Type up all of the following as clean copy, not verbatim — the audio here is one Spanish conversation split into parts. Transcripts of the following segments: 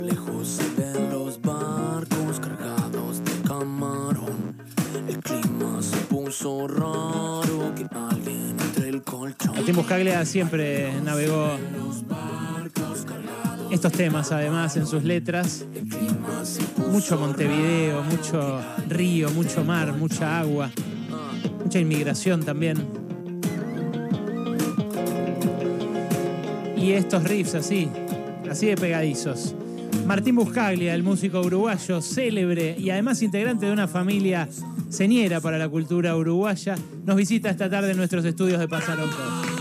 Lejos se ven los barcos cargados de camarón. El clima se puso raro, que alguien entre el colchón. Martín Buscaglia siempre navegó estos temas, además, en sus letras. Mucho Montevideo, mucho río, mucho mar, mucha agua, mucha inmigración también. Y estos riffs así de pegadizos. Martín Buscaglia, el músico uruguayo, célebre y además integrante de una familia señera para la cultura uruguaya, nos visita esta tarde en nuestros estudios de Pasaron Cosas.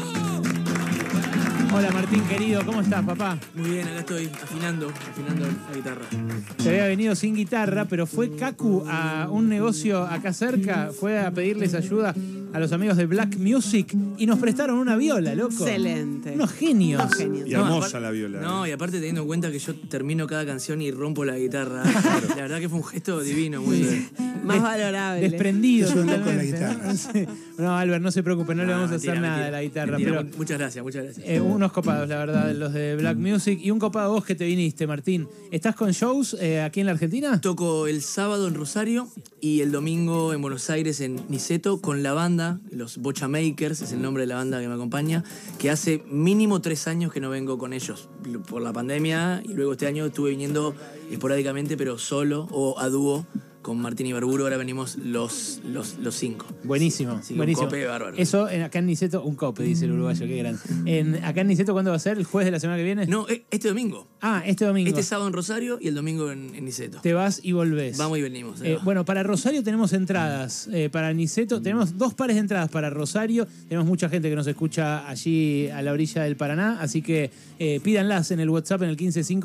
Hola Martín, querido, ¿cómo estás, papá? Muy bien, acá estoy afinando la guitarra. Se había venido sin guitarra, pero fue Cacu a un negocio acá cerca, fue a pedirles ayuda a los amigos de Black Music y nos prestaron una viola, loco. Excelente. Unos genios. Y hermosa la viola. No, y aparte teniendo en cuenta que yo termino cada canción y rompo la guitarra. La verdad que fue un gesto divino, muy bien. Más valorable. Desprendido Yo ando con la totalmente, guitarra. ¿no? Sí. No, Albert, no se preocupe, no le vamos a hacer Mentira, nada mentira. a la guitarra. Mentira, Pero muchas gracias, muchas gracias. unos copados, la verdad, los de Black Music. Y un copado vos que te viniste, Martín. ¿Estás con shows aquí en la Argentina? Toco el sábado en Rosario y el domingo en Buenos Aires, en Niceto, con la banda, los Bocha Makers, es el nombre de la banda que me acompaña, que hace mínimo 3 años que no vengo con ellos por la pandemia, y luego este año estuve viniendo esporádicamente, pero solo o a dúo con Martín Ibarburu. Ahora venimos los 5. Buenísimo, Sí, buenísimo. un cope bárbaro. Eso acá en Niceto, un cope, dice el uruguayo, qué grande. Acá en Niceto, ¿cuándo va a ser? ¿El jueves de la semana que viene? No, este domingo. Ah, este domingo. Este sábado en Rosario y el domingo en Niceto. Te vas y volvés. Vamos y venimos. Bueno, para Rosario tenemos entradas. Para Niceto tenemos 2 pares de entradas para Rosario. Tenemos mucha gente que nos escucha allí a la orilla del Paraná. Así que pídanlas en el WhatsApp en el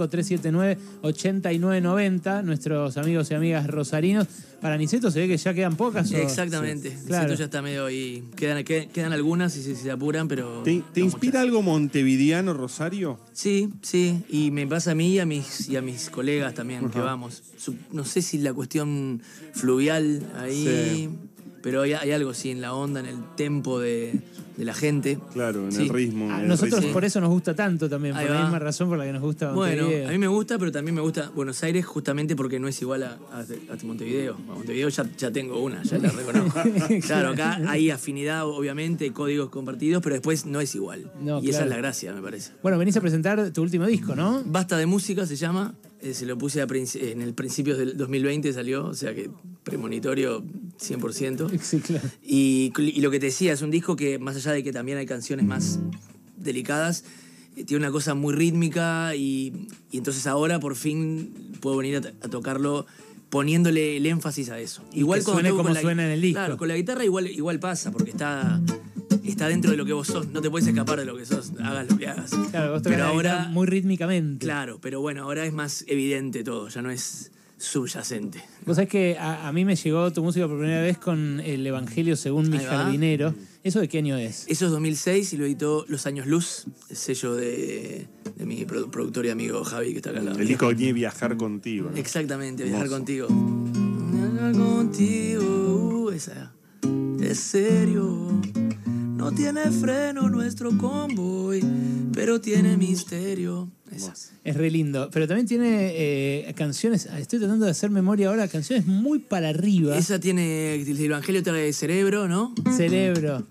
155-379-8990. Nuestros amigos y amigas rosarinos. Para Niceto se ve que ya quedan pocas. Exactamente. Sí, claro. Niceto ya está medio ahí. Quedan algunas y se apuran, pero... ¿Te no inspira muchas. algo montevideano, Rosario? Sí. Y me pasa a mí y a mis colegas también, que vamos. No sé si la cuestión fluvial ahí, Sí. pero hay algo, sí, en la onda, en el tempo de la gente. Claro, en Sí. el ritmo. A en el nosotros ritmo. por eso nos gusta tanto también, Ahí por la va. misma razón por la que nos gusta Bueno, Montevideo. a mí me gusta, pero también me gusta Buenos Aires justamente porque no es igual a Montevideo. A Montevideo ya tengo una, ya la reconozco. Claro, acá hay afinidad, obviamente, códigos compartidos, pero después no es igual. No, y esa claro. es la gracia, me parece. Bueno, venís a presentar tu último disco, ¿no? Basta de música se llama, se lo puse en el principio del 2020 salió, o sea que premonitorio 100%. Sí, claro. Y lo que te decía, es un disco que más allá de que también hay canciones más delicadas, tiene una cosa muy rítmica y entonces ahora por fin puedo venir a tocarlo poniéndole el énfasis a eso. Igual que cuando suene toco como con la- suena en el disco. Claro, con la guitarra igual pasa, porque está dentro de lo que vos sos, no te puedes escapar de lo que sos, hagas lo que hagas. Claro, vos tocás Pero la guitarra ahora, muy rítmicamente. claro, pero bueno, ahora es más evidente todo, ya no es subyacente. Vos sabés que a mí me llegó tu música por primera vez con el Evangelio según mi Ahí va. jardinero. ¿Eso de qué año es? Eso es 2006 y lo editó Los Años Luz, el sello de mi productor y amigo Javi, que está acá al lado. El disco que tiene Viajar Contigo, ¿no? Exactamente, Viajar Hermoso. contigo. Viajar contigo, esa. Es serio. No tiene freno nuestro convoy, pero tiene misterio. Esa. Es re lindo. Pero también tiene canciones, estoy tratando de hacer memoria ahora, canciones muy para arriba. Esa tiene, el Evangelio trae cerebro, ¿no? Cerebro.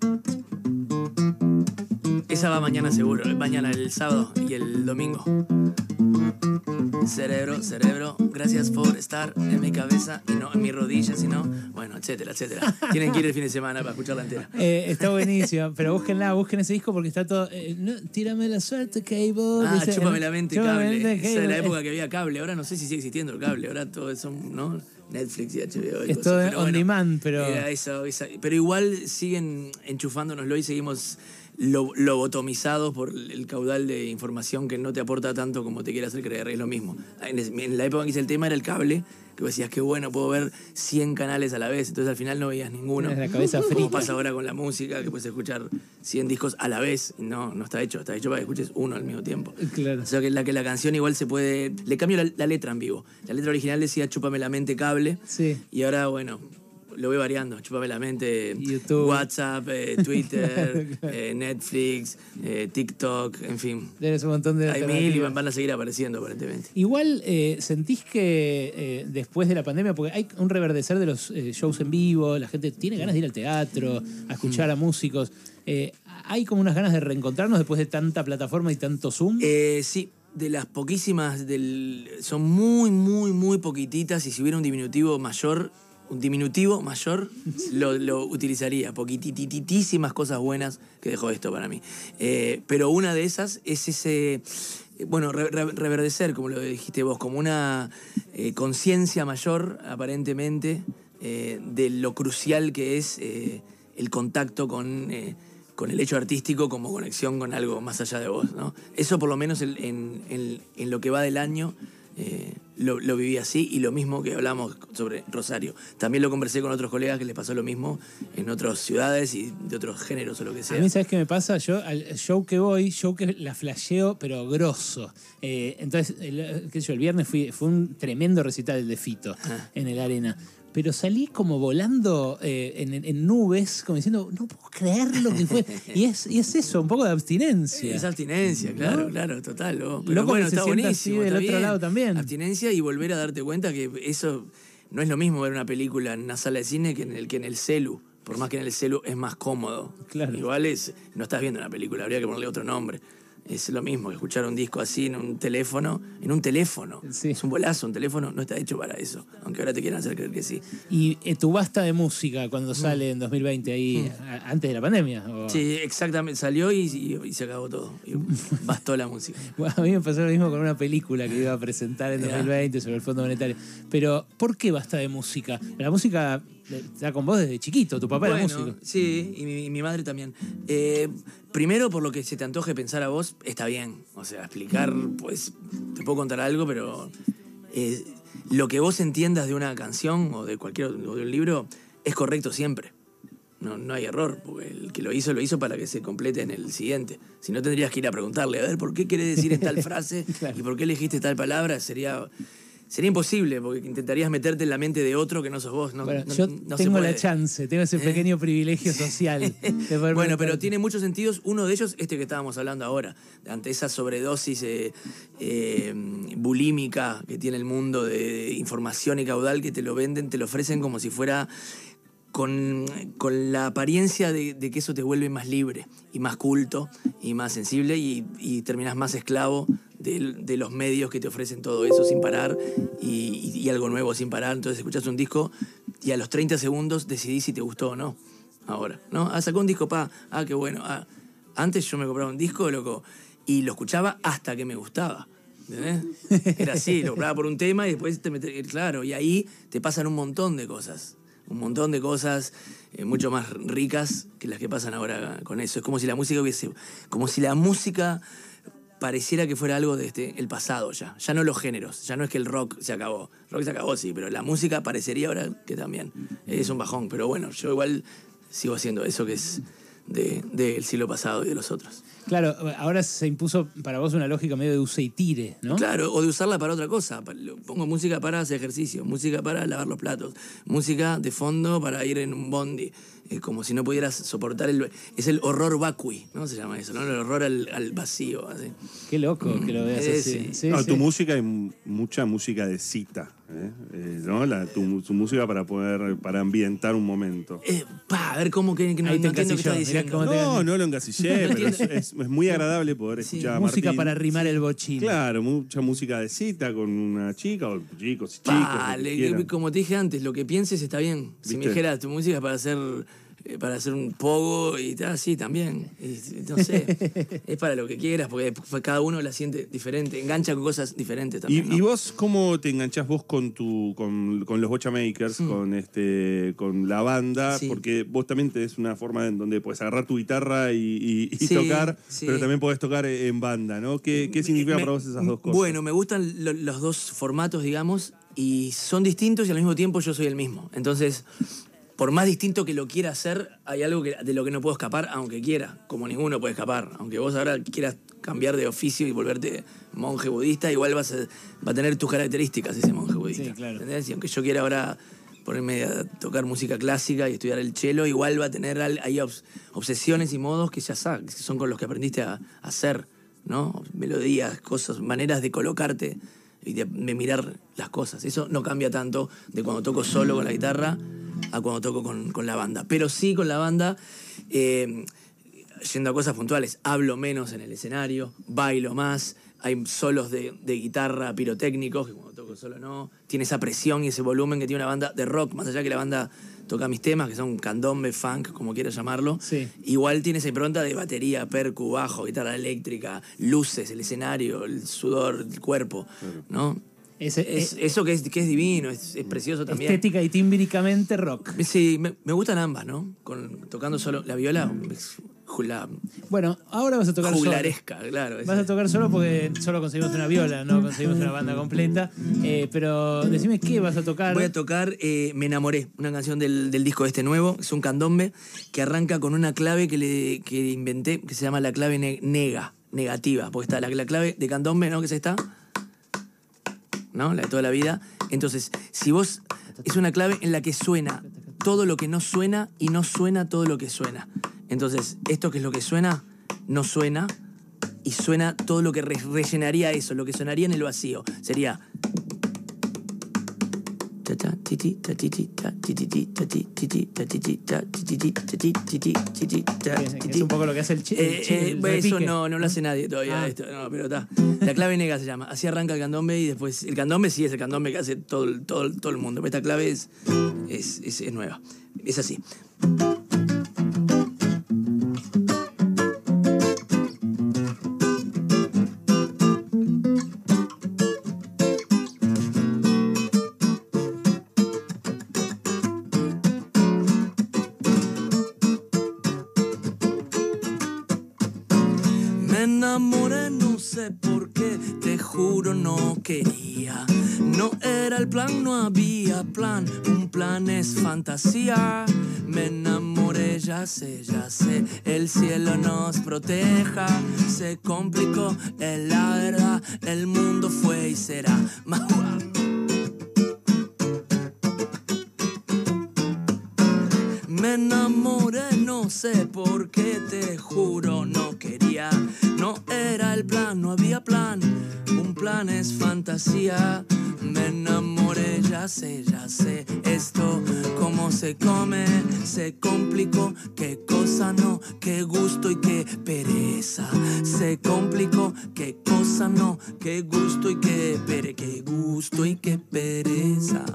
Esa va mañana seguro, mañana el sábado y el domingo. Cerebro, gracias por estar en mi cabeza y no en mi rodilla, sino, bueno, etcétera, etcétera. Tienen que ir el fin de semana para escucharla entera. Está buenísimo, pero busquen ese disco porque está todo... no, tírame la suerte, Cable. Ah, dice, chúpame la mente, Chúpame cable. la mente, Esa es la Cable. época que había cable. Ahora no sé si sigue existiendo el cable. Ahora todo eso, ¿no? Netflix y HBO. Y Es cosas. todo Pero on demand, pero... era pero igual siguen enchufándonoslo y seguimos lobotomizados por el caudal de información que no te aporta tanto como te quiere hacer creer. Es lo mismo. En la época en que hice el tema era el cable, que vos decías, qué bueno, puedo ver 100 canales a la vez. Entonces al final no veías ninguno. Tienes la cabeza Como frita. pasa ahora con la música, que puedes escuchar 100 discos a la vez. No está hecho. Está hecho para que escuches uno al mismo tiempo. Claro. O sea que la canción igual se puede... Le cambio la letra en vivo. La letra original decía chúpame la mente, cable. Sí. Y ahora, bueno, lo voy variando. Chúpame la mente, YouTube. WhatsApp, Twitter, Netflix, TikTok, en fin. Tienes un montón de Hay mil y alternativas. van a seguir apareciendo aparentemente. Igual sentís que después de la pandemia, porque hay un reverdecer de los shows en vivo, la gente tiene ganas de ir al teatro, a escuchar a músicos. ¿Hay como unas ganas de reencontrarnos después de tanta plataforma y tanto Zoom? Sí, de las poquísimas, son muy, muy, muy poquititas, y si hubiera un diminutivo mayor, lo utilizaría. Poquititísimas cosas buenas que dejó esto para mí. Pero una de esas es ese... Bueno, reverdecer, como lo dijiste vos, como una conciencia mayor, aparentemente, de lo crucial que es el contacto con el hecho artístico como conexión con algo más allá de vos, ¿no? Eso por lo menos en lo que va del año lo viví así, y lo mismo que hablamos sobre Rosario. También lo conversé con otros colegas que les pasó lo mismo en otras ciudades y de otros géneros o lo que sea. A mí, ¿sabes qué me pasa? Yo al show que la flasheo, pero grosso. Entonces, el viernes fue un tremendo recital de Fito en el Arena. Pero salí como volando en nubes, como diciendo, no puedo creer lo que fue. Y es eso, un poco de abstinencia. Es abstinencia, claro, ¿no? claro, total. Pero Loco, bueno, que se está sienta buenísimo. así del está otro bien. lado también. Abstinencia y volver a darte cuenta que eso no es lo mismo ver una película en una sala de cine que en el celu. Por más que en el celu es más cómodo. Claro. Igual no estás viendo una película, habría que ponerle otro nombre. Es lo mismo que escuchar un disco así en un teléfono. Sí. Es un bolazo, un teléfono no está hecho para eso. Aunque ahora te quieran hacer creer que sí. ¿Y tu basta de música cuando sale en 2020 ahí, antes de la pandemia? ¿O? Sí, exactamente. Salió y se acabó todo. Y bastó la música. Bueno, a mí me pasó lo mismo con una película que iba a presentar en 2020 sobre el Fondo Monetario. Pero, ¿por qué basta de música? La música está con vos desde chiquito, tu papá era músico. Sí, y mi madre también. Primero, por lo que se te antoje pensar a vos, está bien. O sea, explicar, pues, te puedo contar algo, pero lo que vos entiendas de una canción o de o de un libro es correcto siempre. No hay error, porque el que lo hizo para que se complete en el siguiente. Si no, tendrías que ir a preguntarle, a ver, ¿por qué querés decir tal frase? Claro. ¿Y por qué elegiste tal palabra? Sería imposible, porque intentarías meterte en la mente de otro que no sos vos. No, Bueno, no- yo no se tengo puede. la chance, tengo ese pequeño privilegio social. De poder Bueno, pero meter- tiene muchos sentidos. Uno de ellos, que estábamos hablando ahora, ante esa sobredosis bulímica que tiene el mundo de información y caudal, que te lo venden, te lo ofrecen como si fuera con la apariencia de que eso te vuelve más libre y más culto y más sensible, y terminás más esclavo de los medios que te ofrecen todo eso sin parar y algo nuevo sin parar. Entonces escuchás un disco y a los 30 segundos decidís si te gustó o no. Ahora, ¿no? Sacó un disco, qué bueno. Antes yo me compraba un disco, loco, y lo escuchaba hasta que me gustaba. ¿Entendés? Era así, lo compraba por un tema y después te metés, claro, y ahí te pasan un montón de cosas. Un montón de cosas mucho más ricas que las que pasan ahora con eso. Es como si la música pareciera que fuera algo de el pasado ya. Ya no los géneros, ya no es que el rock se acabó. El rock se acabó, sí, pero la música parecería ahora que también. Es un bajón, pero bueno, yo igual sigo haciendo eso que es del siglo pasado y de los otros. Claro, ahora se impuso para vos una lógica medio de use y tire, ¿no? Claro, o de usarla para otra cosa. Pongo música para hacer ejercicio, música para lavar los platos, música de fondo para ir en un bondi. Como si no pudieras soportar es el horror vacui, ¿no? Se llama eso, ¿no? El horror al vacío, así. Qué loco que lo veas así. Sí. Sí, No, sí. tu música hay mucha música de cita, ¿no? Tu música para ambientar un momento. A ver cómo que no Ahí te entiendo qué encasilló, estás mirá diciendo. cómo te- No lo encasillé, pero es muy agradable poder Sí, escuchar a Música Martín. para rimar el bochín. Claro, mucha música de cita con una chica o chicos y chicos. lo que Vale, quieran. como te dije antes, lo que pienses está bien. Si me ¿Viste? dijeras tu música es para hacer un pogo y tal, sí, también. No sé, es para lo que quieras, porque cada uno la siente diferente, engancha con cosas diferentes también. ¿Y ¿no? vos cómo te enganchás vos con los Bocha Makers, con la banda? Sí. Porque vos también tenés una forma en donde puedes agarrar tu guitarra y Sí, tocar, sí. pero también podés tocar en banda, ¿no? ¿Qué significa para vos esas dos cosas? Bueno, me gustan los dos formatos, digamos, y son distintos y al mismo tiempo yo soy el mismo. Entonces, por más distinto que lo quiera hacer, hay algo de lo que no puedo escapar, aunque quiera, como ninguno puede escapar. Aunque vos ahora quieras cambiar de oficio y volverte monje budista, igual va a tener tus características ese monje budista. Sí, claro. ¿Entendés? Y aunque yo quiera ahora ponerme a tocar música clásica y estudiar el cello, igual va a tener ahí obsesiones y modos que ya sabes, que son con los que aprendiste a hacer, ¿no? Melodías, cosas, maneras de colocarte y de mirar las cosas. Eso no cambia tanto de cuando toco solo con la guitarra a cuando toco con la banda. Pero sí con la banda, yendo a cosas puntuales, hablo menos en el escenario, bailo más, hay solos de guitarra pirotécnicos, que cuando toco solo no. Tiene esa presión y ese volumen que tiene una banda de rock, más allá que la banda toca mis temas, que son candombe, funk, como quieras llamarlo. Sí. Igual tiene esa impronta de batería, percu, bajo, guitarra eléctrica, luces, el escenario, el sudor, el cuerpo, ¿no? Eso que es divino, es precioso también. Estética y tímbricamente rock. Sí, me gustan ambas, ¿no? Tocando solo la viola, Bueno, ahora vas a tocar solo. juglaresca, claro. Vas a tocar solo porque solo conseguimos una viola, no conseguimos una banda completa. Pero decime qué vas a tocar. Voy a tocar Me enamoré, una canción del disco este nuevo. Es un candombe que arranca con una clave que inventé, que se llama la clave negativa. Porque está la clave de candombe, ¿no? Que es esta, ¿no? La de toda la vida. Entonces, si vos... Es una clave en la que suena todo lo que no suena y no suena todo lo que suena. Entonces, esto que es lo que suena, no suena, y suena todo lo que rellenaría eso, lo que sonaría en el vacío. Sería... Es un poco lo que hace el eso no lo hace nadie todavía. Esto, no, pero está. La clave nega se llama. Así arranca el candombe y después... El candombe sí es el candombe que hace todo el mundo. Pero esta clave es nueva. Es así. Enamoré, no sé por qué, te juro no quería. No era el plan, no había plan, un plan es fantasía. Me enamoré, ya sé, el cielo nos proteja. Se complicó, es la verdad, el mundo fue y será. Me enamoré, no sé por qué, te juro no quería. No era el plan, no había plan, un plan es fantasía. Me enamoré, ya sé, esto cómo se come, se complicó, qué cosa no, qué gusto y qué pereza. Se complicó, qué cosa no, qué gusto y qué pereza.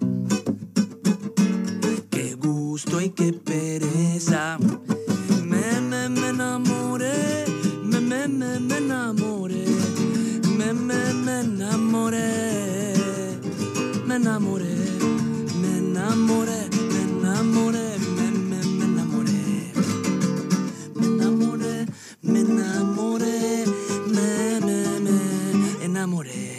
Qué gusto y qué pereza. Me enamoré, me enamoré, me enamoré, me enamoré, me enamoré, me enamoré, me enamoré, me enamoré, me enamoré, me enamoré.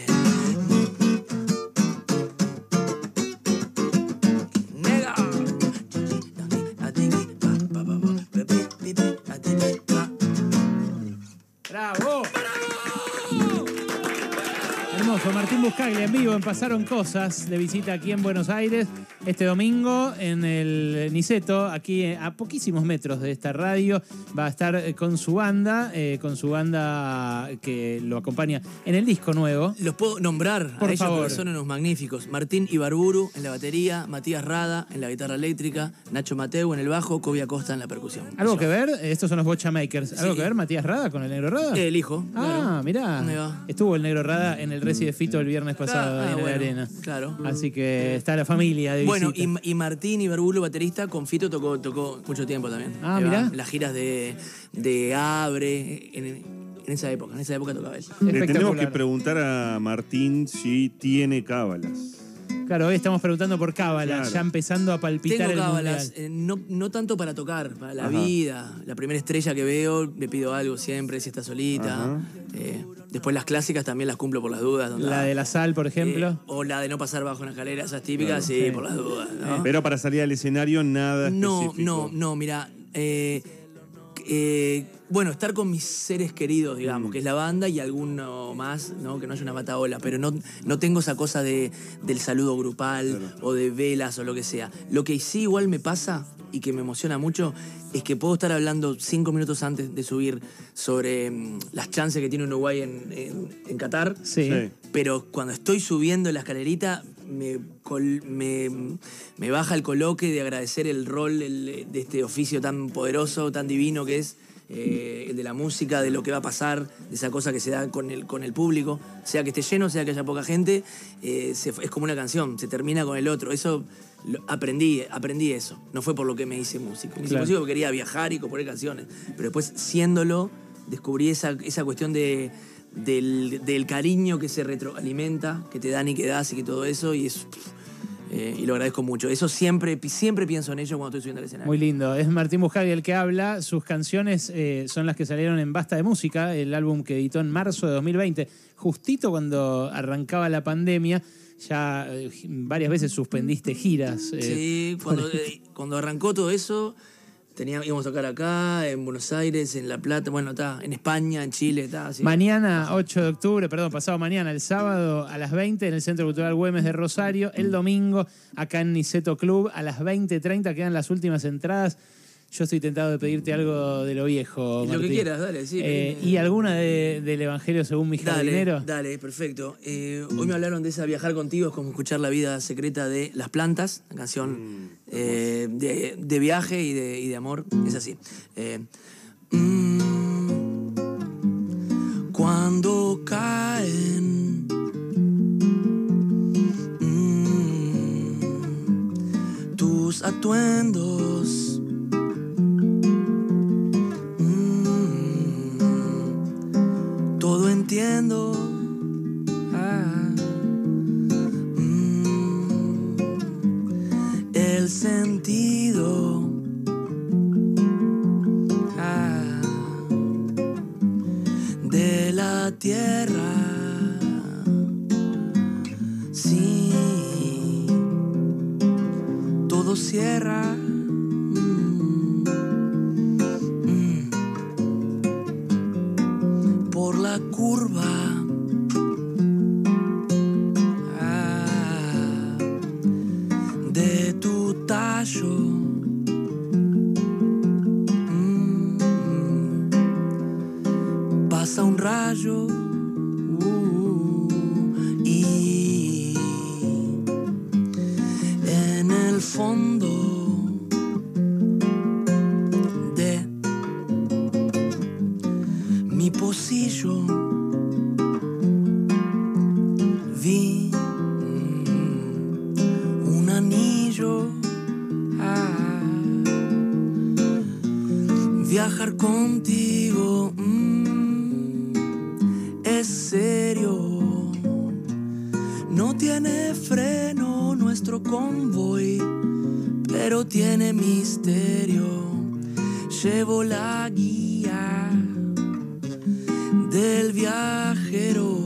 ¡Bravo! Hermoso, Martín Buscaglia en vivo en Pasaron Cosas, de visita aquí en Buenos Aires, este domingo en el Niceto, aquí a poquísimos metros de esta radio. Va a estar con su banda que lo acompaña en el disco nuevo. Los puedo nombrar Por a ellos favor. porque son unos magníficos. Martín Ibarburu en la batería, Matías Rada en la guitarra eléctrica, Nacho Mateu en el bajo, Kobe Acosta en la percusión. ¿Algo que ver? Estos son los Bocha Makers. ¿Algo Sí. que ver Matías Rada con el Negro Rada? El hijo. Ah, claro. mirá. Ahí va. Estuvo el Negro Rada en el Reci de Fito el viernes pasado ahí en bueno, la arena. Claro. Así que está la familia de Bueno, visita. y Martín Ibarburu, baterista, con Fito tocó mucho tiempo también. Ah, Ahí va. mirá. En las giras de Abre, en esa época tocaba él. Le tenemos Espectacular. que preguntar a Martín si tiene cábalas. Claro, hoy estamos preguntando por cábalas, Claro. ya empezando a palpitar Tengo el cábalas, mundial. no tanto para tocar, para la Ajá. vida. La primera estrella que veo, le pido algo siempre, si está solita. Ajá. Después las clásicas también las cumplo por las dudas. La de la sal, por ejemplo. O la de no pasar bajo una escalera, esas típicas, sí, Sí. por las dudas. ¿no? Pero para salir al escenario nada No, específico. mira. Bueno, estar con mis seres queridos, digamos, que es la banda y alguno más, ¿no? Que no haya una pataola, pero no tengo esa cosa del saludo grupal o de velas o lo que sea. Lo que sí igual me pasa y que me emociona mucho es que puedo estar hablando 5 minutos antes de subir sobre las chances que tiene Uruguay en Qatar, Sí. pero cuando estoy subiendo la escalerita me baja el coloque de agradecer el rol de este oficio tan poderoso, tan divino que es el de la música, de lo que va a pasar, de esa cosa que se da con el público, sea que esté lleno, sea que haya poca gente, es como una canción, se termina con el otro. Eso aprendí eso. No fue por lo que me hice músico. Me hice músico porque quería viajar y componer canciones. Pero después, siéndolo, descubrí esa cuestión del cariño que se retroalimenta, que te dan y que das y que todo eso, y lo agradezco mucho. Eso siempre pienso en ello cuando estoy subiendo al escenario. Muy lindo. Es Martín Buscaglia el que habla. Sus canciones son las que salieron en Basta de Música, el álbum que editó en marzo de 2020, justito cuando arrancaba la pandemia. Ya varias veces suspendiste giras. Sí, cuando arrancó todo eso, íbamos a tocar acá, en Buenos Aires, en La Plata, bueno, en España, en Chile, así. Mañana, 8 de octubre, pasado mañana, el sábado, a las 20, en el Centro Cultural Güemes de Rosario. El domingo, acá en Niceto Club, a las 20:30, quedan las últimas entradas. Yo estoy tentado de pedirte algo de lo viejo, Martín. Lo que quieras, dale, sí. ¿Y alguna del Evangelio según mi jardinero? Dale, perfecto. Hoy me hablaron de esa Viajar contigo, es como escuchar la vida secreta de Las Plantas, una canción de viaje y de amor. Es así. Cuando caen tus atuendos, todo entiendo. El sentido. De la tierra. Sí. Todo cierra. Por la curva de tu tallo, pasa un rayo y en el fondo de mi pocillo vi un anillo. Viajar contigo es serio. No tiene freno nuestro convoy, pero tiene misterio. Llevo la guía del viajero.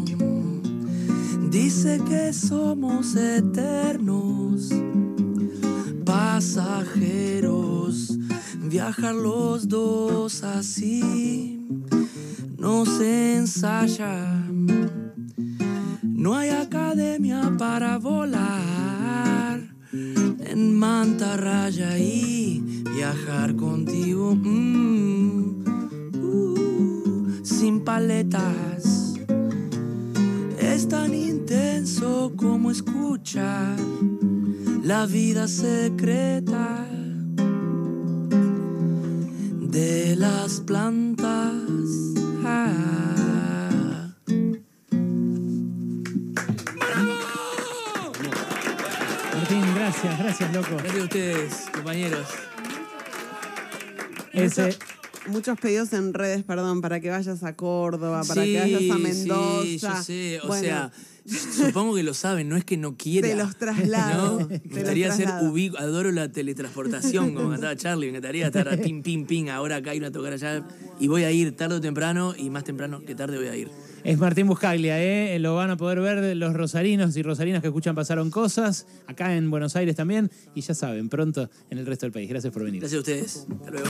Dice que somos eternos pasajeros. Viajar los dos así no se ensaya. No hay academia para volar en mantarraya y viajar contigo sin paletas. Es tan intenso como escuchar la vida secreta de las plantas. Martín, gracias, loco. Gracias a ustedes, compañeros. Muchos pedidos en redes, perdón, para que vayas a Córdoba, para que vayas a Mendoza. Sí, yo sé. O sea, supongo que lo saben, no es que no quiera. Te los traslado. ¿No? Me gustaría ser adoro la teletransportación, como cantaba Charlie. Me encantaría estar ping, ping, ping. Ahora acá hay una tocar allá. Y voy a ir tarde o temprano, y más temprano que tarde voy a ir. Es Martín Buscaglia, lo van a poder ver los rosarinos y rosarinas que escuchan Pasaron Cosas, acá en Buenos Aires también, y ya saben, pronto en el resto del país. Gracias por venir. Gracias a ustedes. Hasta luego.